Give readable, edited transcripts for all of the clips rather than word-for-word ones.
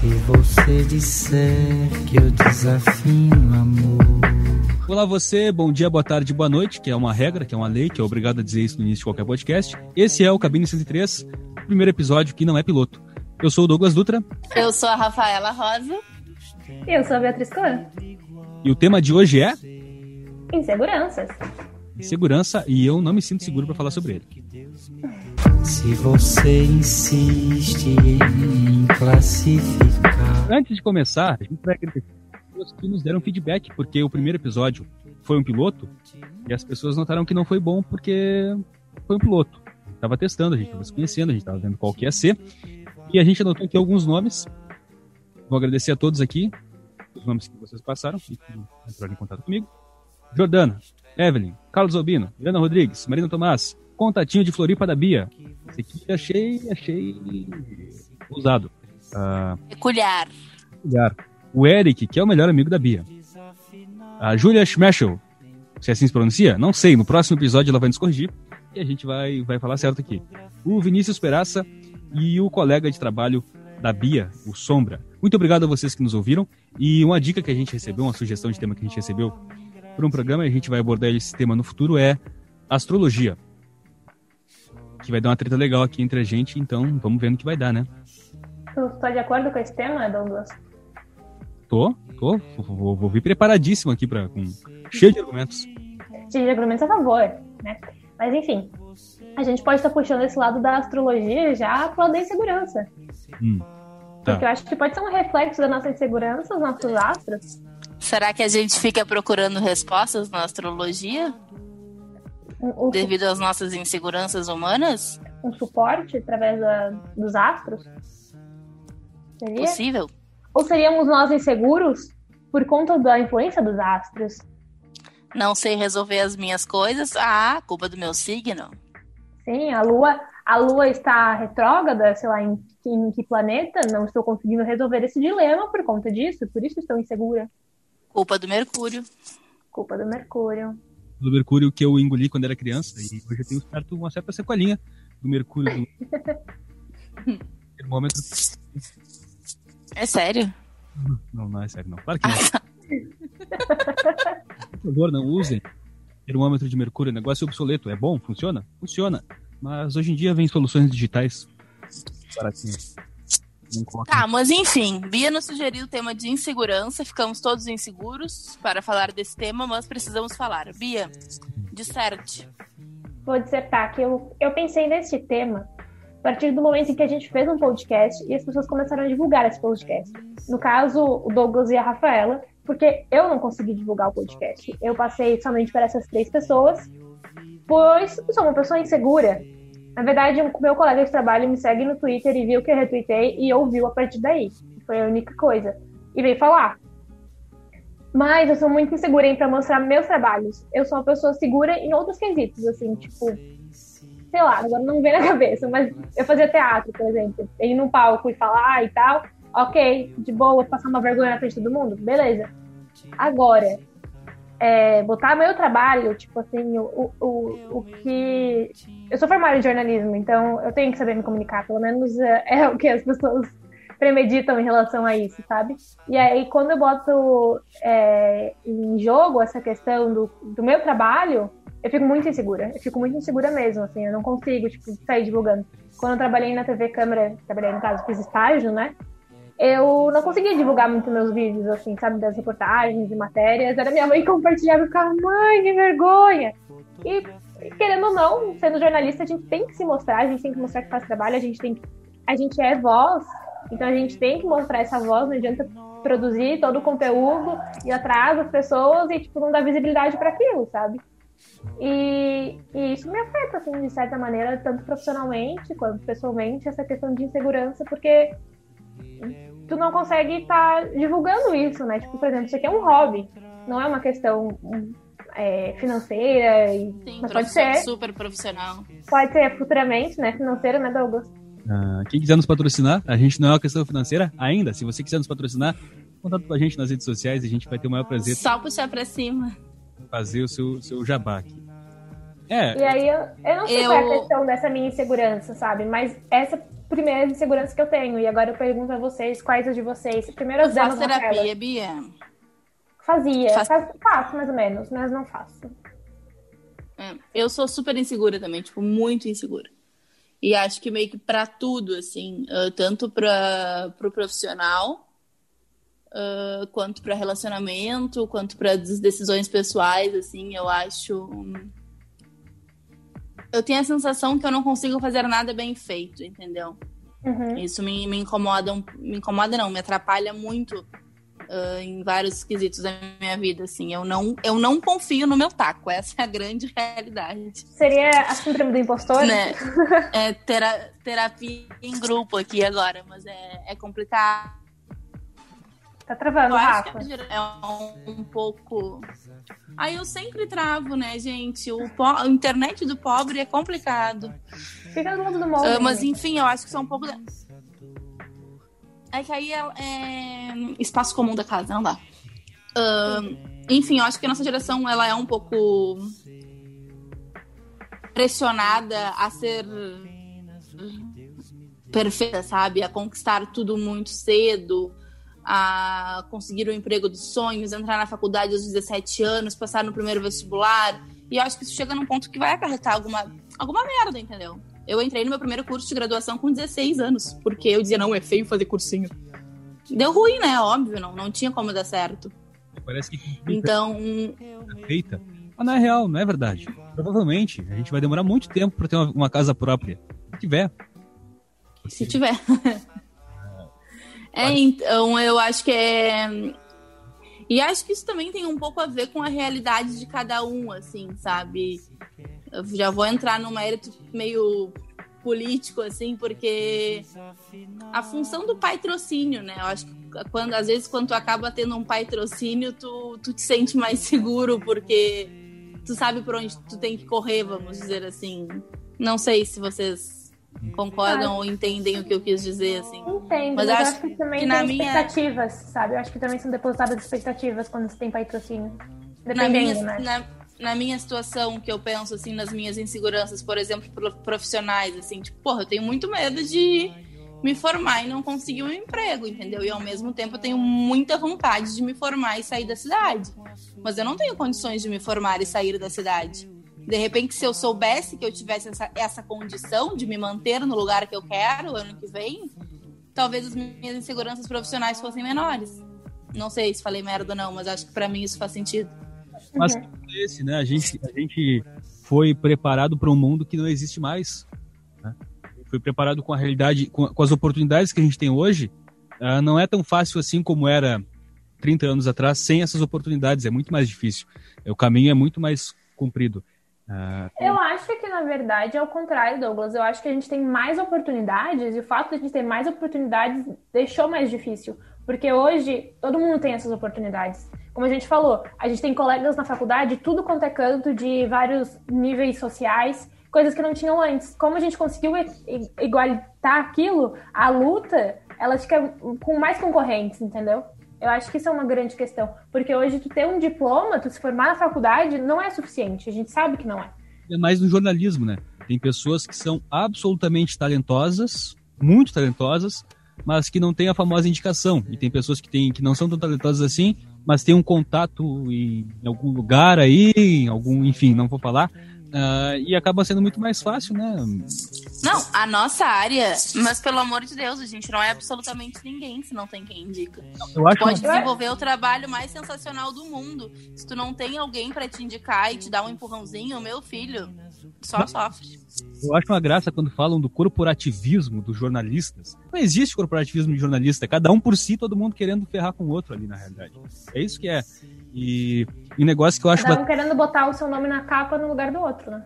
Se você disser que eu desafio amor. Olá você, bom dia, boa tarde, boa noite, que é uma regra, que é uma lei, que é obrigado a dizer isso no início de qualquer podcast. Esse é o Cabine 103, primeiro episódio que não é piloto. Eu sou o Douglas Dutra. Eu sou a Rafaela Rosa. Eu sou a Beatriz Coan. E o tema de hoje é... Inseguranças. Insegurança, e eu não me sinto seguro para falar sobre ele. Se você insiste em classificar... Antes de começar, a gente vai agradecer as pessoas que nos deram feedback, porque o primeiro episódio foi um piloto, e as pessoas notaram que não foi bom porque foi um piloto. A gente estava testando, a gente estava se conhecendo, a gente estava vendo qual que ia ser, e a gente anotou aqui alguns nomes. Vou agradecer a todos aqui, os nomes que vocês passaram e que entraram em contato comigo. Jordana, Evelyn, Carlos Albino, Ana Rodrigues, Marina Tomás, Contatinho de Floripa da Bia. Esse aqui achei usado. Peculiar. O Eric, que é o melhor amigo da Bia. A Julia Schmechel, se assim se pronuncia? Não sei, no próximo episódio ela vai nos corrigir e a gente vai falar certo aqui. O Vinícius Peraça e o colega de trabalho da Bia, o Sombra. Muito obrigado a vocês que nos ouviram. E uma dica que a gente recebeu, uma sugestão de tema que a gente recebeu para um programa, e a gente vai abordar esse tema no futuro, é astrologia. Que vai dar uma treta legal aqui entre a gente, então vamos ver no que vai dar, né? Tu tá de acordo com esse tema, Douglas? Tô. Vou vir preparadíssimo aqui, cheio de argumentos. Cheio de argumentos a favor, né? Mas enfim, a gente pode estar puxando esse lado da astrologia já pro lado da insegurança. Tá. Porque eu acho que pode ser um reflexo da nossa insegurança, os nossos astros. Será que a gente fica procurando respostas na astrologia? Devido às nossas inseguranças humanas? Um suporte através dos astros? Seria? Possível. Ou seríamos nós inseguros por conta da influência dos astros? Não sei resolver as minhas coisas. Culpa do meu signo. Sim, a Lua está retrógrada, sei lá, em que planeta? Não estou conseguindo resolver esse dilema por conta disso, por isso estou insegura. Culpa do Mercúrio. Culpa do Mercúrio. Do Mercúrio que eu engoli quando era criança, e hoje eu tenho uma certa sequelinha do Mercúrio do termômetro. É sério? Não é sério, não. Claro que não. Por favor, não usem termômetro de mercúrio, o negócio é obsoleto. É bom? Funciona? Funciona. Mas hoje em dia vem soluções digitais baratinhas. Tá, mas enfim, Bia nos sugeriu o tema de insegurança, ficamos todos inseguros para falar desse tema, mas precisamos falar. Bia, disserte. Vou dissertar que eu pensei nesse tema a partir do momento em que a gente fez um podcast e as pessoas começaram a divulgar esse podcast. No caso, o Douglas e a Rafaela, porque eu não consegui divulgar o podcast. Eu passei somente para essas 3 pessoas, pois eu sou uma pessoa insegura. Na verdade, o meu colega de trabalho me segue no Twitter e viu que eu retuitei e ouviu a partir daí. Foi a única coisa. E veio falar. Mas eu sou muito insegura para mostrar meus trabalhos. Eu sou uma pessoa segura em outros quesitos, assim, tipo... Sei lá, agora não vem na cabeça, mas eu fazia teatro, por exemplo. Ir num palco e falar e tal. Ok, de boa, passar uma vergonha na frente de todo mundo. Beleza. Agora... botar meu trabalho, tipo assim, o que... Eu sou formada em jornalismo, então eu tenho que saber me comunicar, pelo menos é o que as pessoas premeditam em relação a isso, sabe? E aí, quando eu boto em jogo essa questão do meu trabalho, eu fico muito insegura mesmo, assim, eu não consigo, tipo, sair divulgando. Quando eu trabalhei na TV Câmara, no caso, fiz estágio, né? Eu não conseguia divulgar muito meus vídeos, assim, sabe, das reportagens e matérias. Era minha mãe que compartilhava e ficava, mãe, que vergonha! E, querendo ou não, sendo jornalista, a gente tem que se mostrar, a gente tem que mostrar que faz trabalho, a gente é voz, então a gente tem que mostrar essa voz, não adianta produzir todo o conteúdo e atrás das pessoas e, tipo, não dar visibilidade para aquilo, sabe? E isso me afeta, assim, de certa maneira, tanto profissionalmente quanto pessoalmente, essa questão de insegurança, porque... tu não consegue estar divulgando isso, né? Tipo, por exemplo, isso aqui é um hobby, não é uma questão financeira. Sim, mas pode ser super profissional. Pode ser futuramente, né? Financeira, né, Douglas? Quem quiser nos patrocinar, a gente não é uma questão financeira ainda. Se você quiser nos patrocinar, contato com a gente nas redes sociais e a gente vai ter o maior prazer. Só puxar pra cima. Fazer o seu jabá aqui. E aí eu não sei qual é a questão dessa minha insegurança, sabe? Mas essa primeira insegurança que eu tenho. E agora eu pergunto a vocês, quais as de vocês? Primeiro as faz terapia, Bia? Faço mais ou menos, mas não faço. Eu sou super insegura também, tipo, muito insegura. E acho que meio que pra tudo, assim, tanto pro profissional, quanto pra relacionamento, quanto pra decisões pessoais, assim, eu acho... Eu tenho a sensação que eu não consigo fazer nada bem feito, entendeu? Uhum. Isso me incomoda, me atrapalha muito em vários quesitos da minha vida, assim. Eu não confio no meu taco, essa é a grande realidade. Seria a síndrome do impostor? Né? Terapia em grupo aqui agora, mas é complicado. Tá travando, Rafa. É um pouco... Aí eu sempre travo, né, gente? A internet do pobre é complicado. Fica no mundo do mundo. Mas enfim, eu acho que são um pouco... É que aí é espaço comum da casa, não dá. Enfim, eu acho que a nossa geração, ela é um pouco pressionada a ser perfeita, sabe? A conquistar tudo muito cedo, a conseguir o emprego dos sonhos, entrar na faculdade aos 17 anos, passar no primeiro vestibular. E eu acho que isso chega num ponto que vai acarretar alguma merda, entendeu? Eu entrei no meu primeiro curso de graduação com 16 anos, porque eu dizia, não, é feio fazer cursinho. Deu ruim, né? Óbvio, não tinha como dar certo. Parece que... Então... Feita. Mas não é real, não é verdade. Provavelmente, a gente vai demorar muito tempo para ter uma casa própria. Se tiver. Então, eu acho que E acho que isso também tem um pouco a ver com a realidade de cada um, assim, sabe? Eu já vou entrar num mérito meio político, assim, porque a função do patrocínio, né? Eu acho que às vezes quando tu acaba tendo um patrocínio, tu te sente mais seguro, porque tu sabe por onde tu tem que correr, vamos dizer assim. Não sei se vocês concordam ou entendem o que eu quis dizer, assim. Entendo, mas eu acho que também tem expectativas, sabe? Eu acho que também são depositadas expectativas quando você tem patrocínio. Dependendo, né? Na minha situação, que eu penso, assim, nas minhas inseguranças, por exemplo, profissionais, assim, tipo, porra, eu tenho muito medo de me formar e não conseguir um emprego, entendeu? E ao mesmo tempo eu tenho muita vontade de me formar e sair da cidade. Mas eu não tenho condições de me formar e sair da cidade. De repente, se eu soubesse que eu tivesse essa condição de me manter no lugar que eu quero ano que vem, talvez as minhas inseguranças profissionais fossem menores. Não sei se falei merda ou não, mas acho que pra mim isso faz sentido. Mas esse, né? A gente foi preparado para um mundo que não existe mais, né? Foi preparado com a realidade, com as oportunidades que a gente tem hoje. Não é tão fácil assim como era 30 anos atrás, sem essas oportunidades. É muito mais difícil. O caminho é muito mais comprido. Eu acho que, na verdade, é o contrário, Douglas. Eu acho que a gente tem mais oportunidades e o fato de a gente ter mais oportunidades deixou mais difícil. Porque hoje, todo mundo tem essas oportunidades. Como a gente falou, a gente tem colegas na faculdade, tudo quanto é canto, de vários níveis sociais, coisas que não tinham antes. Como a gente conseguiu igualitar aquilo, a luta, ela fica com mais concorrentes, entendeu? Eu acho que isso é uma grande questão. Porque hoje, tu ter um diploma, tu se formar na faculdade, não é suficiente. A gente sabe que não é. É mais no jornalismo, né? Tem pessoas que são absolutamente talentosas, muito talentosas, mas que não têm a famosa indicação. E tem pessoas que não são tão talentosas assim, mas tem um contato em algum lugar aí, enfim, não vou falar, e acaba sendo muito mais fácil, né? Não, a nossa área, mas pelo amor de Deus, a gente não é absolutamente ninguém se não tem quem indica. Pode desenvolver o trabalho mais sensacional do mundo. Se tu não tem alguém pra te indicar e te dar um empurrãozinho, meu filho, só sofre. Eu acho uma graça quando falam do corporativismo dos jornalistas. Não existe corporativismo de jornalista. Cada um por si, todo mundo querendo ferrar com o outro ali, na realidade. É isso que é. E um negócio que eu acho... Cada um querendo botar o seu nome na capa no lugar do outro, né?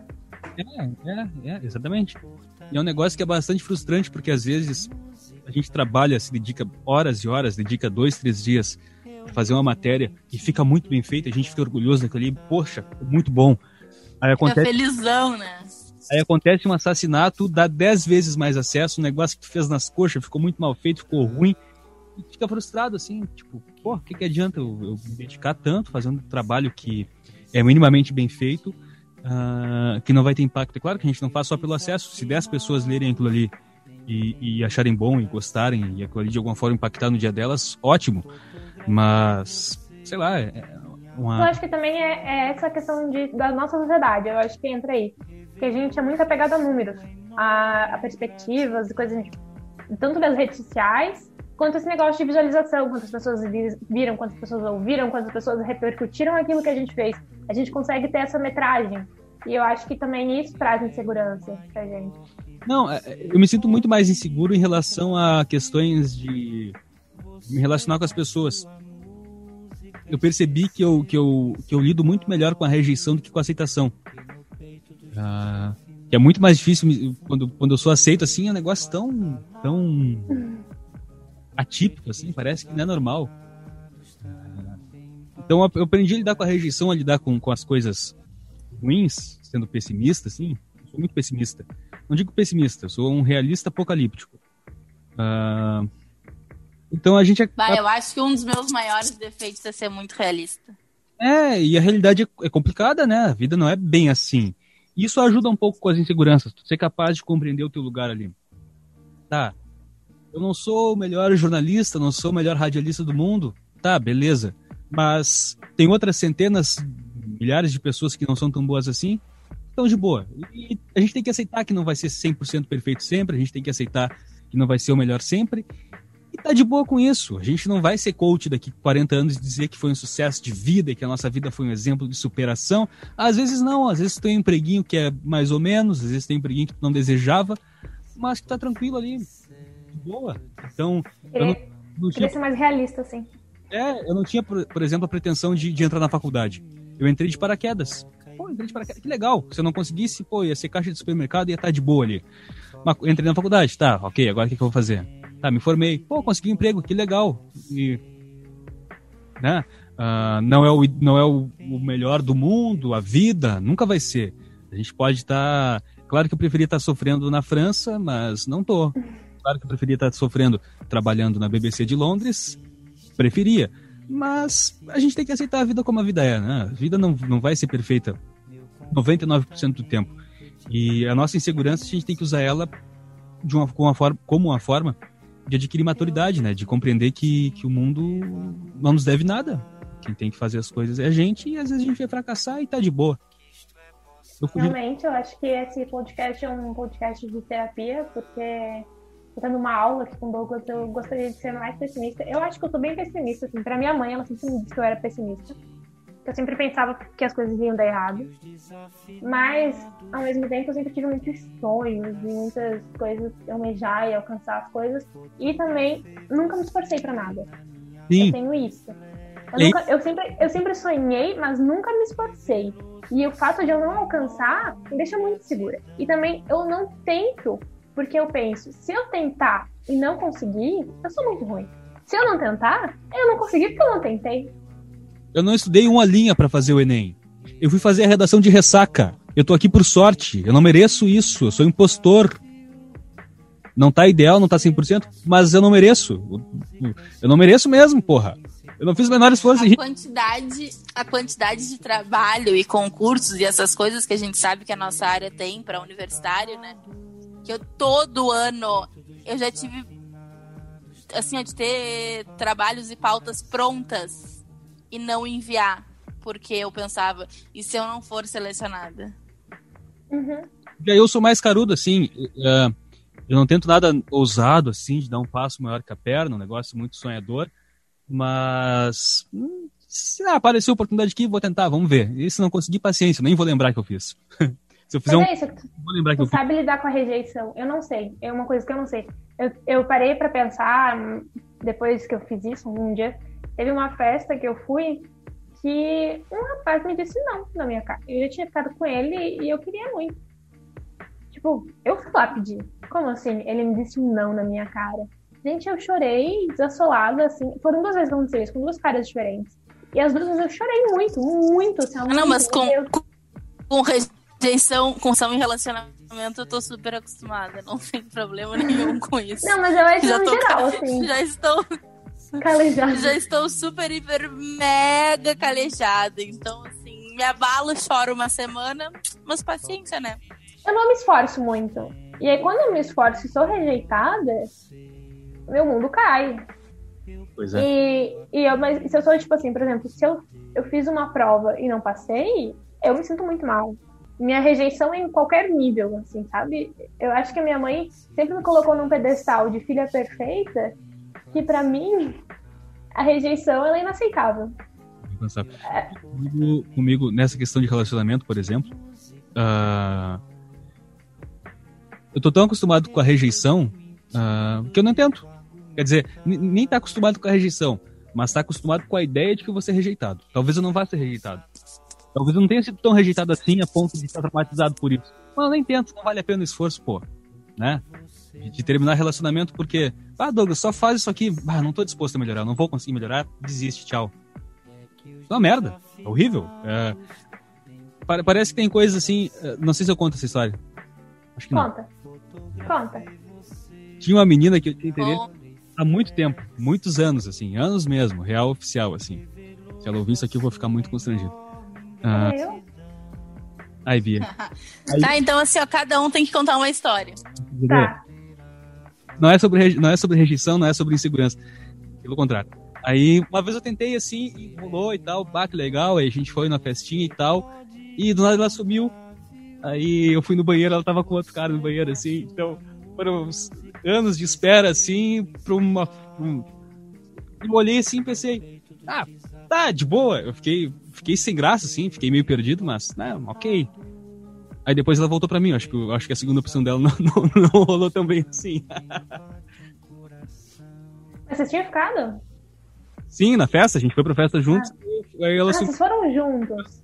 Exatamente. E é um negócio que é bastante frustrante, porque às vezes a gente trabalha, se dedica horas e horas, dedica 2, 3 dias pra fazer uma matéria e fica muito bem feita, a gente fica orgulhoso daquilo ali, poxa, muito bom. Aí fica felizão, né? Aí acontece um assassinato, dá 10 vezes mais acesso, um negócio que tu fez nas coxas, ficou muito mal feito, ficou ruim, e tu fica frustrado, assim, tipo, pô, o que adianta eu me dedicar tanto fazendo um trabalho que é minimamente bem feito, que não vai ter impacto. É claro que a gente não faz só pelo acesso. Se 10 pessoas lerem aquilo ali e acharem bom e gostarem e aquilo ali de alguma forma impactar no dia delas, ótimo. Mas, sei lá, Eu acho que também é essa questão da nossa sociedade. Eu acho que entra aí. Porque a gente é muito apegado a números, a perspectivas e coisas, tanto das redes sociais, quanto esse negócio de visualização, quantas pessoas viram, quantas pessoas ouviram, quantas pessoas repercutiram aquilo que a gente fez. A gente consegue ter essa metragem. E eu acho que também isso traz insegurança pra gente. Não, eu me sinto muito mais inseguro em relação a questões de me relacionar com as pessoas. Eu percebi que eu lido muito melhor com a rejeição do que com a aceitação. Que é muito mais difícil quando eu sou aceito, assim, é um negócio tão atípico, assim, parece que não é normal. Então eu aprendi a lidar com a rejeição, a lidar com as coisas ruins, sendo pessimista, assim. Eu sou muito pessimista. Não digo pessimista, eu sou um realista apocalíptico. Então a gente... eu acho que um dos meus maiores defeitos é ser muito realista. E a realidade é complicada, né? A vida não é bem assim. Isso ajuda um pouco com as inseguranças. Tu ser capaz de compreender o teu lugar ali. Tá, eu não sou o melhor jornalista, não sou o melhor radialista do mundo. Tá, beleza. Mas tem outras centenas, milhares de pessoas que não são tão boas assim. Então, de boa. E a gente tem que aceitar que não vai ser 100% perfeito sempre. A gente tem que aceitar que não vai ser o melhor sempre. E tá de boa com isso. A gente não vai ser coach daqui a 40 anos e dizer que foi um sucesso de vida e que a nossa vida foi um exemplo de superação. Às vezes não. Às vezes tem um empreguinho que é mais ou menos. Às vezes tem um empreguinho que tu não desejava. Mas que tá tranquilo ali. De boa. Então... eu queria ser mais realista, assim. Eu não tinha, por exemplo, a pretensão de entrar na faculdade. Eu entrei de paraquedas. Entrei de paraquedas. Que legal. Se eu não conseguisse, ia ser caixa de supermercado e ia estar de boa ali. Mas entrei na faculdade. Tá, ok. Agora o que eu vou fazer? Tá, me formei. Consegui um emprego, que legal. E, né? Não é o melhor do mundo, a vida, nunca vai ser. A gente pode estar... Claro que eu preferia estar sofrendo na França, mas não tô. Claro que eu preferia estar sofrendo trabalhando na BBC de Londres. Preferia. Mas a gente tem que aceitar a vida como a vida é, né? A vida não vai ser perfeita 99% do tempo. E a nossa insegurança, a gente tem que usar ela como uma forma de adquirir maturidade, né? De compreender que o mundo não nos deve nada. Quem tem que fazer as coisas é a gente, e às vezes a gente vai fracassar e tá de boa. Realmente, eu acho que esse podcast é um podcast de terapia, porque tô tendo uma aula aqui com o Douglas, eu gostaria de ser mais pessimista. Eu acho que eu tô bem pessimista, assim. Pra minha mãe, ela sempre me disse que eu era pessimista. Eu sempre pensava que as coisas iam dar errado. Mas, ao mesmo tempo, eu sempre tive muitos sonhos e muitas coisas, almejar e alcançar as coisas. E também, nunca me esforcei pra nada. Sim. Eu tenho isso. Eu sempre sonhei, mas nunca me esforcei. E o fato de eu não alcançar me deixa muito segura. E também, eu não tento, porque eu penso, se eu tentar e não conseguir, eu sou muito ruim. Se eu não tentar, eu não consegui porque eu não tentei. Eu não estudei uma linha pra fazer o Enem. Eu fui fazer a redação de ressaca. Eu tô aqui por sorte. Eu não mereço isso. Eu sou impostor. Não tá ideal, não tá 100%, mas eu não mereço. Eu não mereço mesmo, porra. Eu não fiz o menor esforço. A quantidade de trabalho e concursos e essas coisas que a gente sabe que a nossa área tem para universitário, né? Que todo ano eu já tive, assim, de ter trabalhos e pautas prontas e não enviar, porque eu pensava, e se eu não for selecionada? Uhum. E aí eu sou mais carudo, assim, eu não tento nada ousado, assim, de dar um passo maior que a perna, um negócio muito sonhador, mas se aparecer oportunidade aqui, vou tentar, vamos ver. E se não conseguir, paciência, nem vou lembrar que eu fiz. Se eu fizer vou lembrar que eu fiz. Sabe lidar com a rejeição? Eu não sei, é uma coisa que eu não sei. Eu parei pra pensar, depois que eu fiz isso, um dia, teve uma festa que eu fui, que um rapaz me disse não na minha cara. Eu já tinha ficado com ele e eu queria muito. Tipo, eu fui lá pedir. Como assim? Ele me disse um não na minha cara. Gente, eu chorei desassolada, assim. Foram 2 vezes que aconteceu isso, com 2 caras diferentes. E as 2 vezes eu chorei muito, muito. Assim, não, mas com rejeição, com são em relacionamento, eu tô super acostumada. Não tem problema nenhum com isso. Não, mas eu acho que no geral, assim. Já estou... calejada. Já estou super, hiper, mega calejada. Então, assim, me abalo, choro uma semana, mas paciência, né? Eu não me esforço muito. E aí, quando eu me esforço e sou rejeitada, meu mundo cai. Pois é. Mas se eu sou, tipo assim, por exemplo, se eu fiz uma prova e não passei, eu me sinto muito mal. Minha rejeição é em qualquer nível, assim, sabe? Eu acho que a minha mãe sempre me colocou num pedestal de filha perfeita, que pra mim, a rejeição ela é inaceitável. Comigo, nessa questão de relacionamento, por exemplo, eu tô tão acostumado com a rejeição que eu não tento. Quer dizer, nem tá acostumado com a rejeição, mas tá acostumado com a ideia de que eu vou ser rejeitado. Talvez eu não vá ser rejeitado. Talvez eu não tenha sido tão rejeitado assim a ponto de estar traumatizado por isso. Mas eu nem tento, não vale a pena o esforço, pô. Né? De terminar relacionamento porque... Douglas, só faz isso aqui. Não tô disposto a melhorar, não vou conseguir melhorar. Desiste, tchau. É uma merda. É horrível. Parece que tem coisas assim... Não sei se eu conto essa história. Acho que não. Conta. Tinha uma menina que eu tinha interesse há muito tempo. Muitos anos, assim. Anos mesmo. Real oficial, assim. Se ela ouvir isso aqui, eu vou ficar muito constrangido. Aí, Bia. Tá, então assim, ó, cada um tem que contar uma história. Tá. Não é sobre rejeição, não é sobre insegurança. Pelo contrário. Aí, uma vez eu tentei assim, e rolou e tal, que legal, aí a gente foi na festinha e tal, e do nada ela sumiu. Aí eu fui no banheiro, ela tava com outro cara no banheiro, assim, então foram uns anos de espera, assim, pra Eu olhei assim e pensei, tá, de boa. Eu fiquei sem graça, assim, fiquei meio perdido, mas, ok. Aí depois ela voltou pra mim, acho que a segunda opção dela não rolou tão bem assim. Mas vocês tinham ficado? Sim, na festa, a gente foi pra festa juntos. Aí ela vocês foram juntos?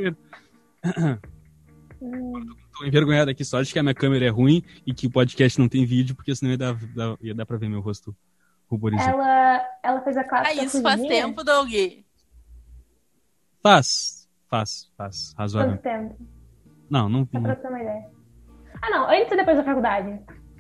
Tô envergonhado aqui só de que a minha câmera é ruim e que o podcast não tem vídeo, porque senão ia dar pra ver meu rosto ruborizado. Ela fez a clássica isso faz tempo, Doug? Faz razoável. Quanto tempo? Não. Só pra ter uma ideia. Não, antes ou depois da faculdade?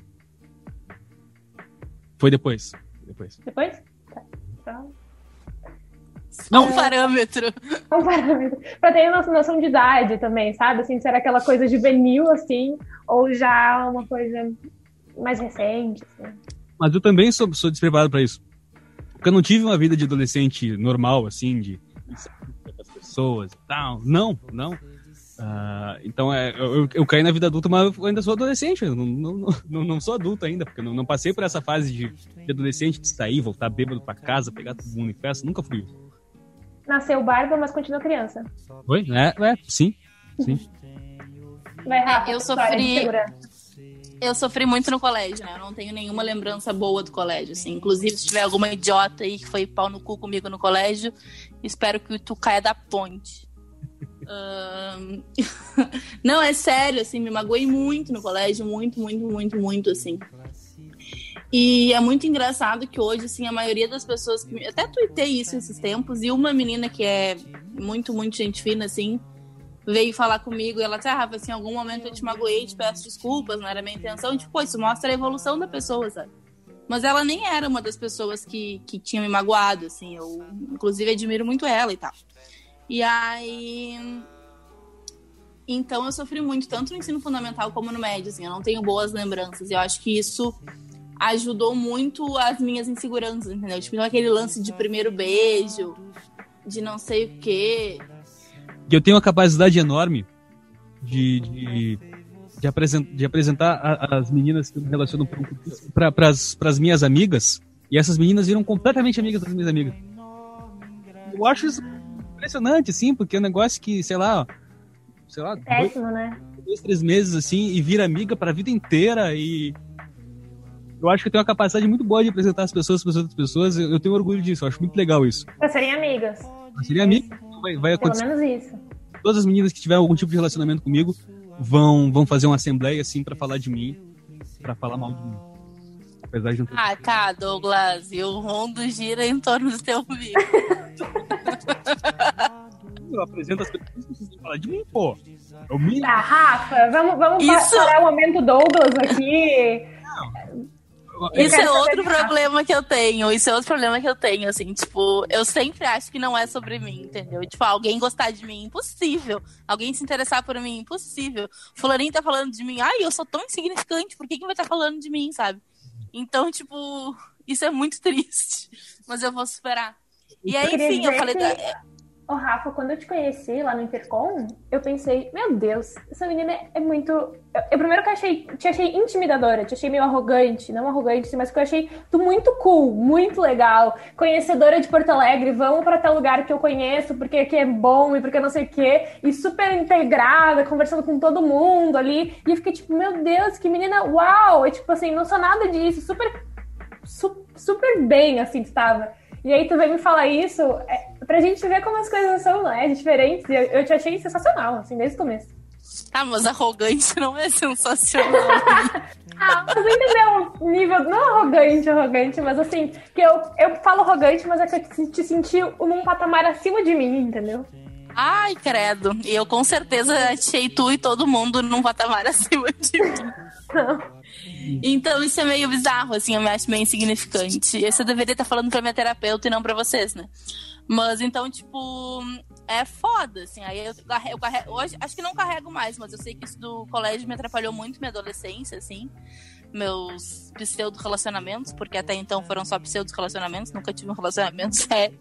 Foi depois. Depois? Tá. Então... Não, um parâmetro. Pra ter noção de idade também, sabe? Assim, se era aquela coisa juvenil, assim, ou já uma coisa mais recente, assim. Mas eu também sou despreparado pra isso. Porque eu não tive uma vida de adolescente normal, assim, de as pessoas e tal. Não. Então eu caí na vida adulta, mas eu ainda sou adolescente. Eu não sou adulto ainda, porque eu não passei por essa fase de adolescente, de sair, voltar bêbado pra casa, pegar todo mundo em festa. Nunca fui isso. Nasceu barba, mas continua criança. Oi? Sim. Vai, Rafa, eu sofri muito no colégio, né? Eu não tenho nenhuma lembrança boa do colégio, assim. Inclusive, se tiver alguma idiota aí que foi pau no cu comigo no colégio, espero que tu caia da ponte. Não, é sério, assim, me magoei muito no colégio, muito, assim. E é muito engraçado que hoje, assim, a maioria das pessoas que... Até tuitei isso esses tempos, e uma menina que é muito gente fina, assim, veio falar comigo, e ela disse, Rafa, assim, em algum momento eu te magoei, te peço desculpas, não era a minha intenção. Tipo, isso mostra a evolução da pessoa, sabe? Mas ela nem era uma das pessoas que tinha me magoado, assim. Eu, inclusive, admiro muito ela e tal. E aí... Então, eu sofri muito, tanto no ensino fundamental como no médio, assim. Eu não tenho boas lembranças. E eu acho que isso ajudou muito as minhas inseguranças, entendeu? Tipo, aquele lance de primeiro beijo, de não sei o quê. Eu tenho uma capacidade enorme de apresentar as meninas que eu me relaciono para as minhas amigas, e essas meninas viram completamente amigas das minhas amigas. Eu acho isso impressionante, assim, porque é um negócio que, sei lá, péssimo, né? 2-3 meses, assim, e vira amiga pra vida inteira, e eu acho que eu tenho uma capacidade muito boa de apresentar as pessoas para as outras pessoas. Eu tenho orgulho disso, eu acho muito legal isso. Pra serem amigas. Vai acontecer. Pelo menos isso. Todas as meninas que tiveram algum tipo de relacionamento comigo vão fazer uma assembleia, assim, pra falar de mim, pra falar mal de mim. Apesar de não ter... Tá, Douglas, e o mundo gira em torno do teu umbigo. Eu apresento as pessoas que falar de mim, pô. Tá, Rafa, vamos parar o momento Douglas aqui. Isso é outro problema que eu tenho. Isso é outro problema que eu tenho, assim, tipo, eu sempre acho que não é sobre mim, entendeu? Tipo, alguém gostar de mim, impossível. Alguém se interessar por mim, impossível. Fulaninho tá falando de mim, ai, eu sou tão insignificante, por que vai estar falando de mim, sabe? Então, tipo, isso é muito triste. Mas eu vou superar. E aí, enfim, eu falei... Ô, Rafa, quando eu te conheci lá no Intercom, eu pensei, meu Deus, essa menina é muito... Eu primeiro que te achei intimidadora, te achei meio arrogante, não arrogante, mas que eu achei tu muito cool, muito legal, conhecedora de Porto Alegre, vamos pra tal lugar que eu conheço, porque aqui é bom e porque não sei o quê, e super integrada, conversando com todo mundo ali, e eu fiquei tipo, meu Deus, que menina, uau, é tipo assim, não sou nada disso, super bem, assim, tu tava. E aí tu vem me falar isso, pra gente ver como as coisas são, né, diferentes. E eu te achei sensacional, assim, desde o começo. Tá, mas arrogante não é sensacional. Mas ainda é um nível, não arrogante, mas assim, que eu falo arrogante, mas é que eu te senti num patamar acima de mim, entendeu? Ai, credo. E eu com certeza achei tu e todo mundo num patamar acima de mim. Não. Então isso é meio bizarro, assim, eu me acho meio insignificante. Isso eu deveria estar falando pra minha terapeuta e não pra vocês, né? Mas então, tipo, é foda, assim. Aí eu carrego, hoje acho que não carrego mais, mas eu sei que isso do colégio me atrapalhou muito minha adolescência, assim. Meus pseudo-relacionamentos, porque até então foram só pseudo-relacionamentos, nunca tive um relacionamento sério.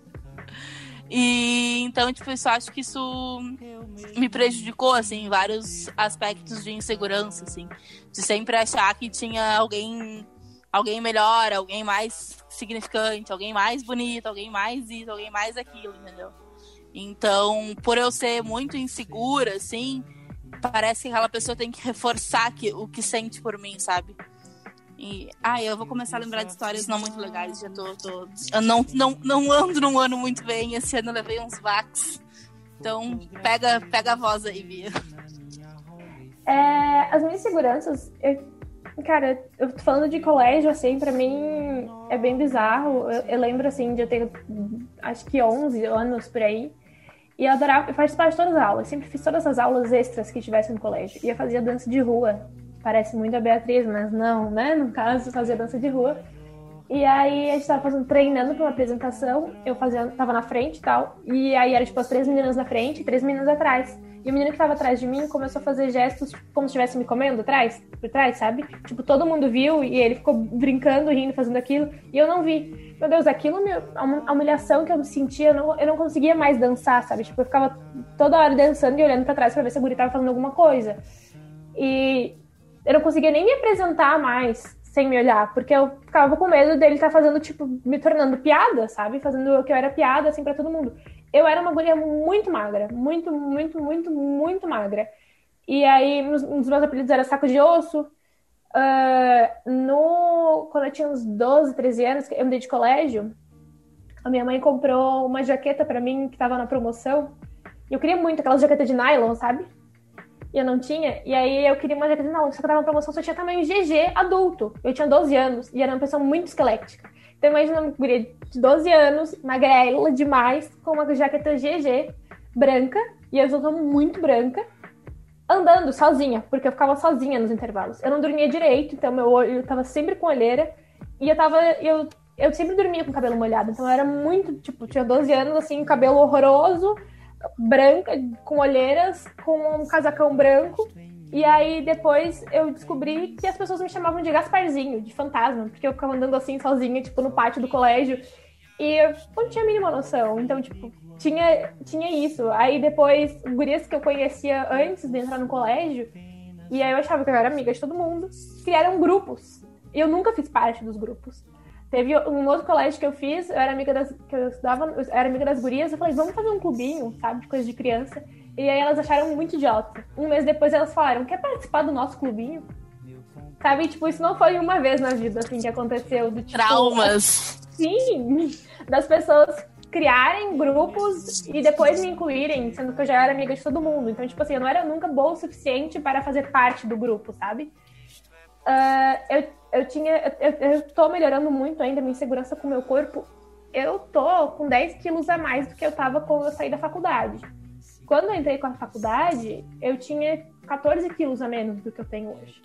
E então, tipo, eu só acho que isso me prejudicou, assim, em vários aspectos de insegurança, assim. De sempre achar que tinha alguém melhor, alguém mais significante, alguém mais bonito, alguém mais isso, alguém mais aquilo, entendeu? Então, por eu ser muito insegura, assim, parece que aquela pessoa tem que reforçar o que sente por mim, sabe? E, eu vou começar a lembrar de histórias não muito legais. Já tô eu não ando num ano muito bem. Esse ano eu levei uns vacs. Então, pega a voz aí, Bia. As minhas seguranças... Cara, eu tô falando de colégio, assim, pra mim é bem bizarro. Eu lembro, assim, de eu ter, acho que 11 anos por aí. E eu adorava, eu participava de todas as aulas. Sempre fiz todas as aulas extras que tivesse no colégio. E eu fazia dança de rua. Parece muito a Beatriz, mas não, né? No caso, eu fazia dança de rua. E aí a gente tava treinando pra uma apresentação. Eu tava na frente e tal. E aí era tipo as 3 meninas na frente e 3 meninas atrás. E o menino que tava atrás de mim começou a fazer gestos como se estivesse me comendo por trás, sabe? Tipo, todo mundo viu e ele ficou brincando, rindo, fazendo aquilo. E eu não vi. Meu Deus, aquilo, a humilhação que eu sentia, eu não conseguia mais dançar, sabe? Tipo, eu ficava toda hora dançando e olhando pra trás pra ver se a guria tava fazendo alguma coisa. E eu não conseguia nem me apresentar mais sem me olhar, porque eu ficava com medo dele estar fazendo, tipo, me tornando piada, sabe? Fazendo o que eu era piada, assim, pra todo mundo. Eu era uma guria muito magra, muito magra. E aí, um dos meus apelidos era saco de osso. Quando eu tinha uns 12, 13 anos, eu mudei de colégio, a minha mãe comprou uma jaqueta pra mim que tava na promoção. E eu queria muito aquela jaqueta de nylon, sabe? E eu não tinha. E aí eu queria uma jaqueta de nylon, só que tava na promoção, só tinha tamanho GG adulto. Eu tinha 12 anos e era uma pessoa muito esquelética. Então imagina uma guria de 12 anos, magrela demais, com uma jaqueta GG branca, e eu sou muito branca, andando sozinha, porque eu ficava sozinha nos intervalos. Eu não dormia direito, então meu olho tava sempre com olheira, e eu sempre dormia com o cabelo molhado, então eu era muito, tipo, tinha 12 anos, assim, cabelo horroroso, branca, com olheiras, com um casacão branco. E aí depois eu descobri que as pessoas me chamavam de Gasparzinho, de fantasma, porque eu ficava andando assim sozinha, tipo, no pátio do colégio. E eu não tinha a mínima noção. Então, tipo, tinha isso. Aí depois, gurias que eu conhecia antes de entrar no colégio, e aí eu achava que eu era amiga de todo mundo, criaram grupos. E eu nunca fiz parte dos grupos. Teve um outro colégio que eu fiz, eu era amiga das gurias, eu falei, vamos fazer um clubinho, sabe, de coisa de criança. E aí elas acharam muito idiota. Um mês depois elas falaram, quer participar do nosso clubinho? Sabe, tipo, isso não foi uma vez na vida, assim, que aconteceu. Do tipo, traumas. Sim, das pessoas criarem grupos e depois me incluírem, sendo que eu já era amiga de todo mundo. Então, tipo assim, eu não era nunca boa o suficiente para fazer parte do grupo, sabe? Eu tô melhorando muito ainda a minha insegurança com o meu corpo. Eu tô com 10 quilos a mais do que eu tava quando eu saí da faculdade. Quando eu entrei com a faculdade, eu tinha 14 quilos a menos do que eu tenho hoje.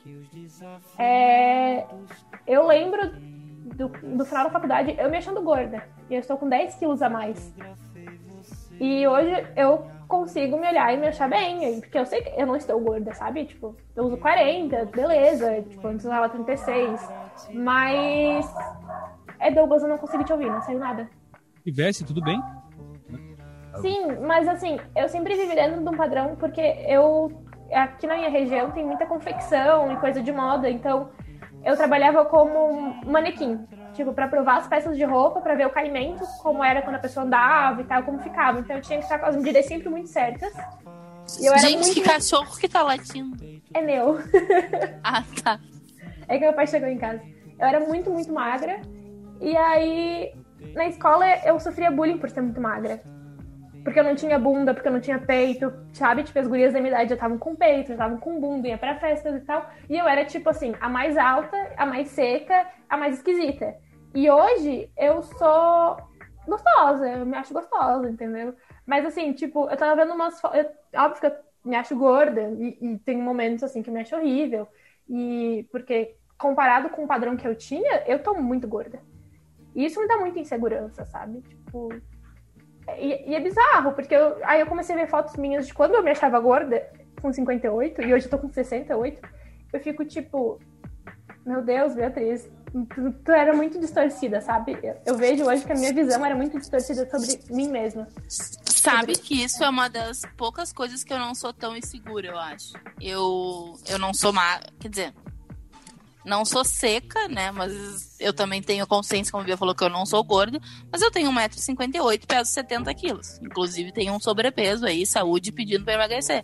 Eu lembro do final da faculdade, eu me achando gorda. E eu estou com 10 quilos a mais. E hoje eu consigo me olhar e me achar bem. Porque eu sei que eu não estou gorda, sabe? Tipo, eu uso 40, beleza. Tipo, antes eu usava 36. Mas... Douglas, eu não consegui te ouvir, não saiu nada. Se tivesse, tudo bem? Sim, mas assim, eu sempre vivi dentro de um padrão, porque aqui na minha região tem muita confecção e coisa de moda, então eu trabalhava como manequim, tipo, pra provar as peças de roupa, pra ver o caimento, como era quando a pessoa andava e tal, como ficava. Então eu tinha que estar com as medidas sempre muito certas. E eu era Gente, muito... que cachorro que tá latindo. É meu. Ah, tá. É que meu pai chegou em casa. Eu era muito, muito magra. E aí, na escola, eu sofria bullying por ser muito magra. Porque eu não tinha bunda, porque eu não tinha peito, sabe? Tipo, as gurias da minha idade já estavam com peito, já estavam com bunda, ia pra festas e tal. E eu era, tipo assim, a mais alta, a mais seca, a mais esquisita. E hoje, eu sou gostosa, eu me acho gostosa, entendeu? Mas assim, tipo, eu tava vendo umas fotos... Óbvio que eu me acho gorda, e tem momentos, assim, que eu me acho horrível. Porque, comparado com o padrão que eu tinha, eu tô muito gorda. E isso me dá muita insegurança, sabe? Tipo... E é bizarro, porque aí eu comecei a ver fotos minhas de quando eu me achava gorda, com 58, e hoje eu tô com 68. Eu fico tipo, meu Deus, Beatriz, tu era muito distorcida, sabe? Eu vejo hoje que a minha visão era muito distorcida sobre mim mesma. Sabe que isso é uma das poucas coisas que eu não sou tão insegura, eu acho. Eu não sou quer dizer, não sou seca, né? Mas eu também tenho consciência, como a Bia falou, que eu não sou gorda. Mas eu tenho 1,58 m e peso 70 quilos. Inclusive, tenho um sobrepeso aí, saúde, pedindo pra emagrecer.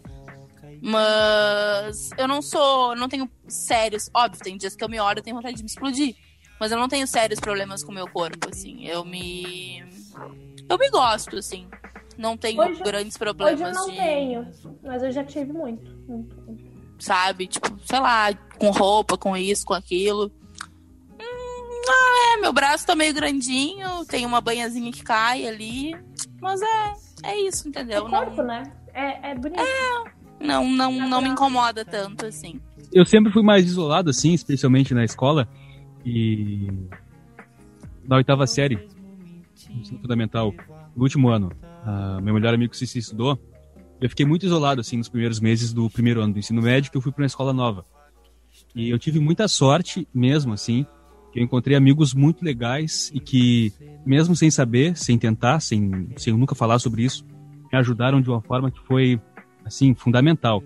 Mas eu não tenho sérios... Óbvio, tem dias que eu me olho e tenho vontade de me explodir. Mas eu não tenho sérios problemas com o meu corpo, assim. Eu me gosto, assim. Não tenho grandes problemas. Hoje eu não tenho, mas eu já tive muito. Sabe? Tipo, sei lá, com roupa, com isso, com aquilo. Meu braço tá meio grandinho, tem uma banhazinha que cai ali. Mas é isso, entendeu? É corpo, né? É bonito. Não me incomoda tanto, assim. Eu sempre fui mais isolado, assim, especialmente na escola. E na 8ª série, no ensino fundamental, no último ano, meu melhor amigo se estudou. Eu fiquei muito isolado, assim, nos primeiros meses do primeiro ano do ensino médio, que eu fui para uma escola nova. E eu tive muita sorte mesmo, assim, que eu encontrei amigos muito legais e que, mesmo sem saber, sem tentar, sem eu nunca falar sobre isso, me ajudaram de uma forma que foi, assim, fundamental.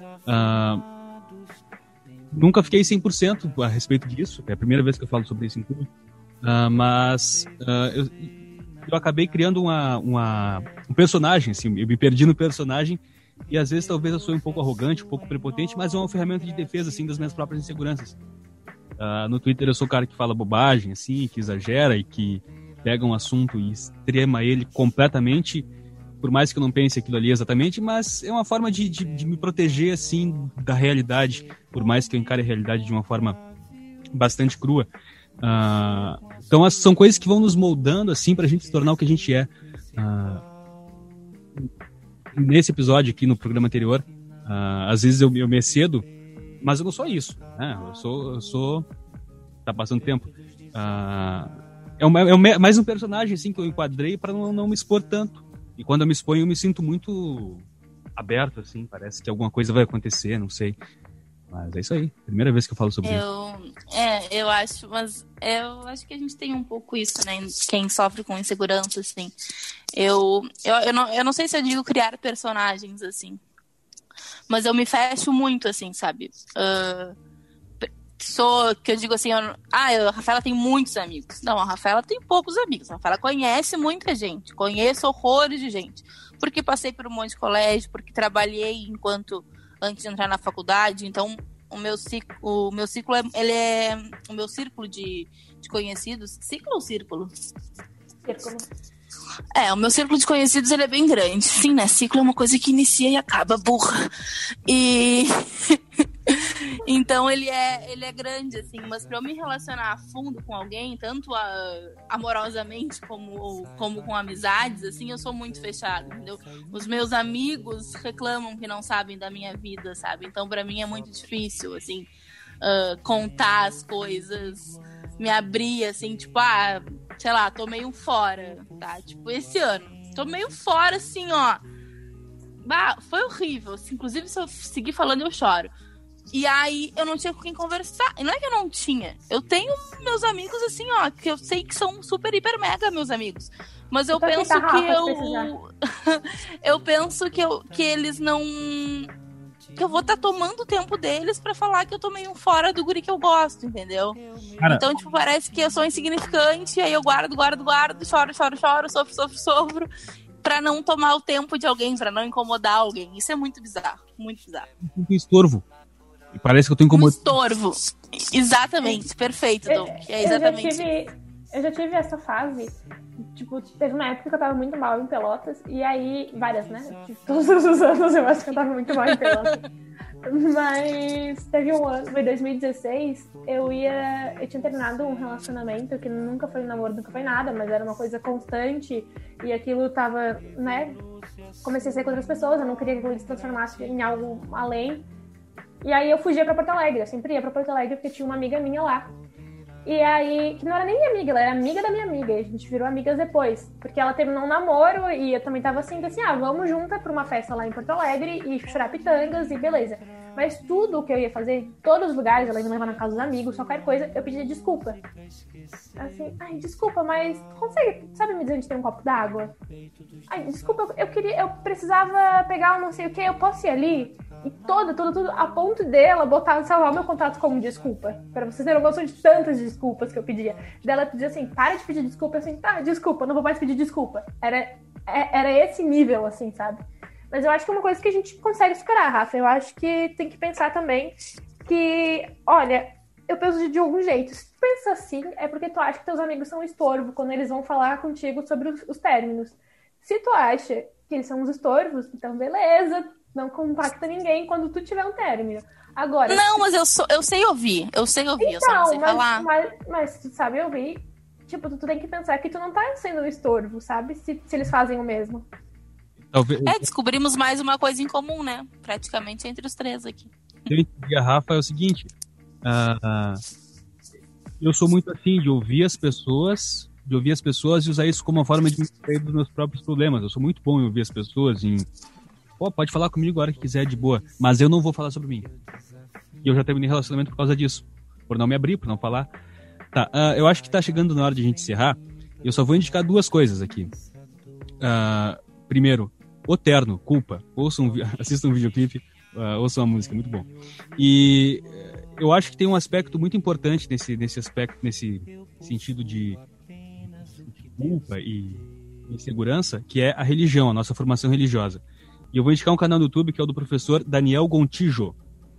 Nunca fiquei 100% a respeito disso, é a primeira vez que eu falo sobre isso em público, mas eu acabei criando um personagem, assim, eu me perdi no personagem e às vezes talvez eu sou um pouco arrogante, um pouco prepotente, mas é uma ferramenta de defesa, assim, das minhas próprias inseguranças. No Twitter eu sou o cara que fala bobagem, assim, que exagera e que pega um assunto e extrema ele completamente, por mais que eu não pense aquilo ali exatamente, mas é uma forma de me proteger, assim, da realidade, por mais que eu encare a realidade de uma forma bastante crua. Então são coisas que vão nos moldando assim pra gente se tornar o que a gente é. Nesse episódio aqui no programa anterior, às vezes eu me excedo, mas eu não sou isso, né? Eu sou tá passando tempo. É mais um personagem assim que eu enquadrei para não me expor tanto. E quando eu me exponho eu me sinto muito aberto, assim, parece que alguma coisa vai acontecer, não sei. Mas é isso aí, primeira vez que eu falo sobre isso. Eu acho que a gente tem um pouco isso, né? Quem sofre com insegurança, assim. Eu não sei se eu digo criar personagens, assim. Mas eu me fecho muito, assim, sabe? Que eu digo assim, a Rafaela tem muitos amigos. Não, a Rafaela tem poucos amigos. A Rafaela conhece muita gente. Conheço horrores de gente. Porque passei por um monte de colégio, porque trabalhei antes de entrar na faculdade, então o meu ciclo o meu círculo de conhecidos, ciclo ou círculo? Círculo. O meu círculo de conhecidos ele é bem grande, sim, né? Ciclo é uma coisa que inicia e acaba, burra. Então ele é grande, assim, mas pra eu me relacionar a fundo com alguém, tanto amorosamente como com amizades, assim, eu sou muito fechada, entendeu? Os meus amigos reclamam que não sabem da minha vida, sabe? Então pra mim é muito difícil, assim, contar as coisas, me abrir, assim, tipo, sei lá, tô meio fora, tá? Tipo, esse ano, tô meio fora, assim, ó. Foi horrível, assim, inclusive se eu seguir falando eu choro. E aí eu não tinha com quem conversar. E não é que eu não tinha. Eu tenho meus amigos assim, ó, que eu sei que são super, hiper, mega meus amigos. Mas eu penso eu penso que eles não... Que eu vou estar tomando o tempo deles pra falar que eu tô meio fora do guri que eu gosto, entendeu? Cara, então, tipo, parece que eu sou insignificante. Aí eu guardo, choro, sofro. Pra não tomar o tempo de alguém, pra não incomodar alguém. Isso é muito bizarro, muito bizarro. Um estorvo. E parece que eu tô incomodando. Um estorvo. Exatamente, perfeito, Dom. É exatamente isso. Eu já tive essa fase. Tipo, teve uma época que eu tava muito mal em Pelotas. E aí, várias, né? Tipo, todos os anos eu acho que eu tava muito mal em Pelotas. Mas teve um ano, foi 2016, eu tinha terminado um relacionamento que nunca foi um namoro, nunca foi nada, mas era uma coisa constante e aquilo tava, né, comecei a sair com outras pessoas, eu não queria que aquilo se transformasse em algo além. E aí eu fugia pra Porto Alegre, eu sempre ia pra Porto Alegre porque tinha uma amiga minha lá. E aí, que não era nem minha amiga, ela era amiga da minha amiga, e a gente virou amigas depois, porque ela terminou um namoro e eu também tava assim, vamos juntas pra uma festa lá em Porto Alegre e chorar pitangas e beleza. Mas tudo o que eu ia fazer, em todos os lugares, ela ia me levar na casa dos amigos, qualquer coisa, eu pedia desculpa. Assim, desculpa, mas consegue, sabe me dizer onde tem um copo d'água? Desculpa, eu precisava pegar um não sei o que, eu posso ir ali? E tudo, a ponto dela botar, salvar meu contato como desculpa. Pra vocês terem noção de tantas desculpas que eu pedia. Dela pedir assim, para de pedir desculpa. Assim, desculpa, não vou mais pedir desculpa. Era esse nível, assim, sabe? Mas eu acho que é uma coisa que a gente consegue superar, Rafa. Eu acho que tem que pensar também que, olha, eu penso de algum jeito. Se tu pensa assim, é porque tu acha que teus amigos são um estorvo quando eles vão falar contigo sobre os términos. Se tu acha que eles são uns estorvos, então beleza, não compacta ninguém quando tu tiver um término. Agora... Não, mas eu sei ouvir. Eu sei ouvir, então, eu só não sei falar. Mas tu sabe ouvir, tipo, tu tem que pensar que tu não tá sendo um estorvo, sabe? Se eles fazem o mesmo. Descobrimos mais uma coisa em comum, né? Praticamente entre os três aqui. Eu entendi a Rafa, é o seguinte. Eu sou muito assim, de ouvir as pessoas e usar isso como uma forma de me sair dos meus próprios problemas. Eu sou muito bom em ouvir as pessoas, pode falar comigo agora que quiser, de boa, mas eu não vou falar sobre mim. E eu já terminei relacionamento por causa disso, por não me abrir, por não falar. Tá, eu acho que tá chegando na hora de a gente encerrar. Eu só vou indicar duas coisas aqui. Primeiro, O Terno, Culpa. Assistam um videoclipe, ouçam a música, muito bom. E eu acho que tem um aspecto muito importante nesse aspecto, nesse sentido de culpa e insegurança, que é a religião, a nossa formação religiosa. E eu vou indicar um canal no YouTube que é o do professor Daniel Gontijo.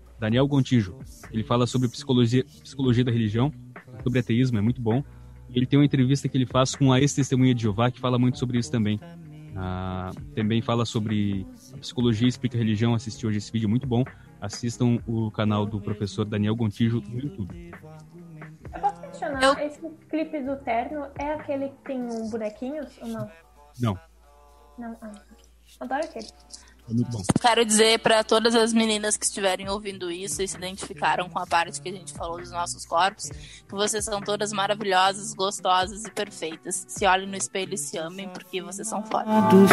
Ele fala sobre psicologia da religião, sobre ateísmo, é muito bom. E ele tem uma entrevista que ele faz com a ex-testemunha de Jeová, que fala muito sobre isso também. Também fala sobre a psicologia, explica a religião. Assisti hoje esse vídeo, muito bom. Assistam o canal do professor Daniel Gontijo no YouTube. Eu posso questionar, esse clipe do Terno é aquele que tem um bonequinho ou não? Não. Adoro aquele. É muito bom. Quero dizer para todas as meninas que estiverem ouvindo isso e se identificaram com a parte que a gente falou dos nossos corpos, que vocês são todas maravilhosas, gostosas e perfeitas. Se olhem no espelho e se amem, porque vocês são foda.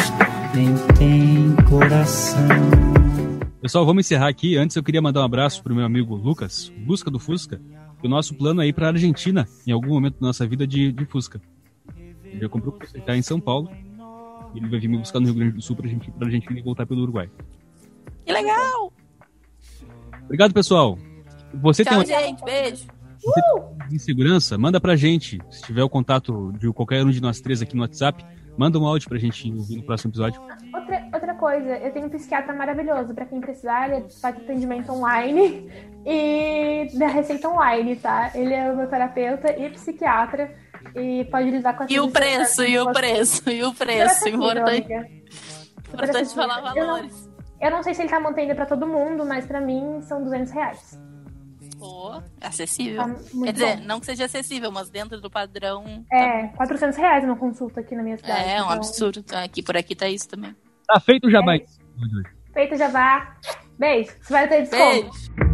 Tem coração. Pessoal, vamos encerrar aqui. Antes eu queria mandar um abraço pro meu amigo Lucas, Busca do Fusca. O nosso plano é ir pra Argentina, em algum momento da nossa vida, de Fusca. Ele já comprou o Fusca, ele tá em São Paulo. Ele vai vir me buscar no Rio Grande do Sul pra gente ir voltar pelo Uruguai. Que legal! Obrigado, pessoal. Tchau, gente. Beijo. Você tem insegurança? Manda pra gente. Se tiver o contato de qualquer um de nós três aqui no WhatsApp, manda um áudio pra gente ouvir no próximo episódio. Outra coisa, eu tenho um psiquiatra maravilhoso. Pra quem precisar, ele faz atendimento online e dá receita online, tá? Ele é o meu terapeuta e psiquiatra. E pode lidar com a E o preço. Importante falar valores. Eu não sei se ele tá mantendo pra todo mundo, mas pra mim são R$200. Pô, é acessível. Tá muito Quer dizer, bom. não que seja acessível, mas dentro do padrão. É, R$400 uma consulta aqui na minha cidade. É um então, absurdo. Aqui, por aqui tá isso também. Tá feito o jabá. É isso. Feito, Jabá. Beijo. Você vai ter desconto. Beijo.